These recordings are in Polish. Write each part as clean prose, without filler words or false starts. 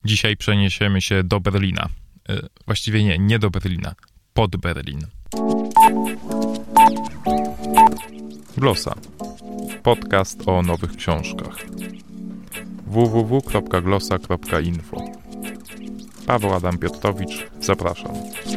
Dzisiaj przeniesiemy się do Berlina. Właściwie nie do Berlina, pod Berlin. Glosa. Podcast o nowych książkach. www.glosa.info. Paweł Adam Piotrowicz, zapraszam.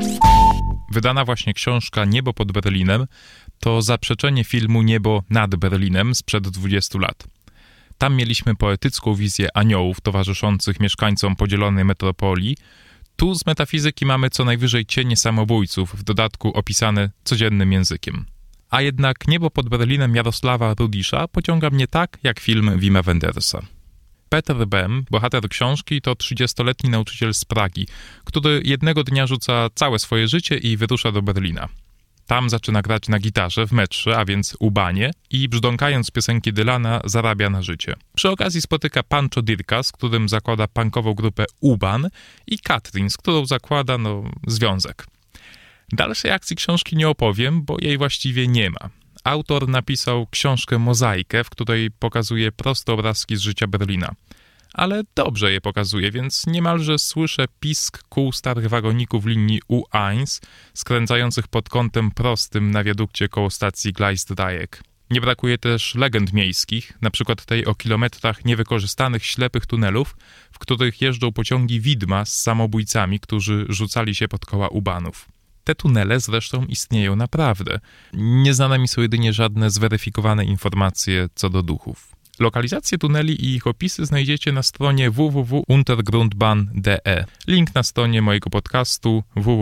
Wydana właśnie książka Niebo pod Berlinem to zaprzeczenie filmu Niebo nad Berlinem sprzed 20 lat. Tam mieliśmy poetycką wizję aniołów towarzyszących mieszkańcom podzielonej metropolii. Tu z metafizyki mamy co najwyżej cienie samobójców, w dodatku opisane codziennym językiem. A jednak Niebo pod Berlinem Jarosława Rudisza pociąga mnie tak, jak film Wima Wendersa. Peter Bem, bohater książki, to 30-letni nauczyciel z Pragi, który jednego dnia rzuca całe swoje życie i wyrusza do Berlina. Tam zaczyna grać na gitarze w metrze, a więc U-Bahnie, i brzdąkając piosenki Dylana zarabia na życie. Przy okazji spotyka Pancho Dirka, z którym zakłada punkową grupę U-Bahn, i Katrin, z którą zakłada, związek. Dalszej akcji książki nie opowiem, bo jej właściwie nie ma. Autor napisał książkę Mozaikę, w której pokazuje proste obrazki z życia Berlina. Ale dobrze je pokazuje, więc niemalże słyszę pisk kół starych wagoników linii U1 skręcających pod kątem prostym na wiadukcie koło stacji Gleisdreieck. Nie brakuje też legend miejskich, na przykład tej o kilometrach niewykorzystanych ślepych tunelów, w których jeżdżą pociągi widma z samobójcami, którzy rzucali się pod koła U-Bahnów. Te tunele zresztą istnieją naprawdę. Nieznane mi są jedynie żadne zweryfikowane informacje co do duchów. Lokalizacje tuneli i ich opisy znajdziecie na stronie www.untergrundbahn.de. Link na stronie mojego podcastu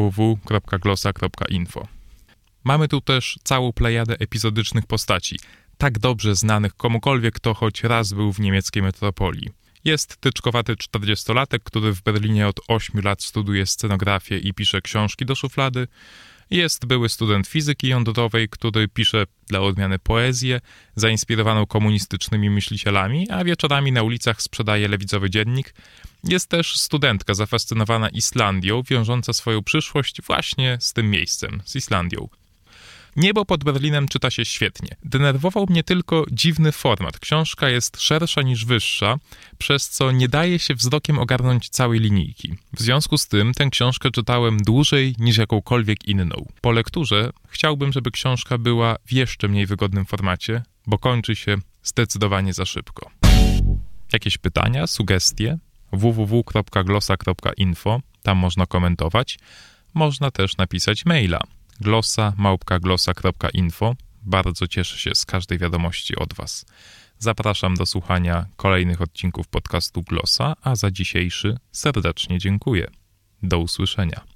www.glosa.info. Mamy tu też całą plejadę epizodycznych postaci, tak dobrze znanych komukolwiek, kto choć raz był w niemieckiej metropolii. Jest tyczkowaty 40-latek, który w Berlinie od 8 lat studuje scenografię i pisze książki do szuflady. Jest były student fizyki jądrowej, który pisze dla odmiany poezję, zainspirowaną komunistycznymi myślicielami, a wieczorami na ulicach sprzedaje lewicowy dziennik. Jest też studentka zafascynowana Islandią, wiążąca swoją przyszłość właśnie z tym miejscem, z Islandią. Niebo pod Berlinem czyta się świetnie. Denerwował mnie tylko dziwny format. Książka jest szersza niż wyższa, przez co nie daje się wzrokiem ogarnąć całej linijki. W związku z tym tę książkę czytałem dłużej niż jakąkolwiek inną. Po lekturze chciałbym, żeby książka była w jeszcze mniej wygodnym formacie, bo kończy się zdecydowanie za szybko. Jakieś pytania, sugestie? www.glosa.info. Tam można komentować. Można też napisać maila. glosa@glosa.info. Bardzo cieszę się z każdej wiadomości od Was. Zapraszam do słuchania kolejnych odcinków podcastu Glosa, a za dzisiejszy serdecznie dziękuję. Do usłyszenia.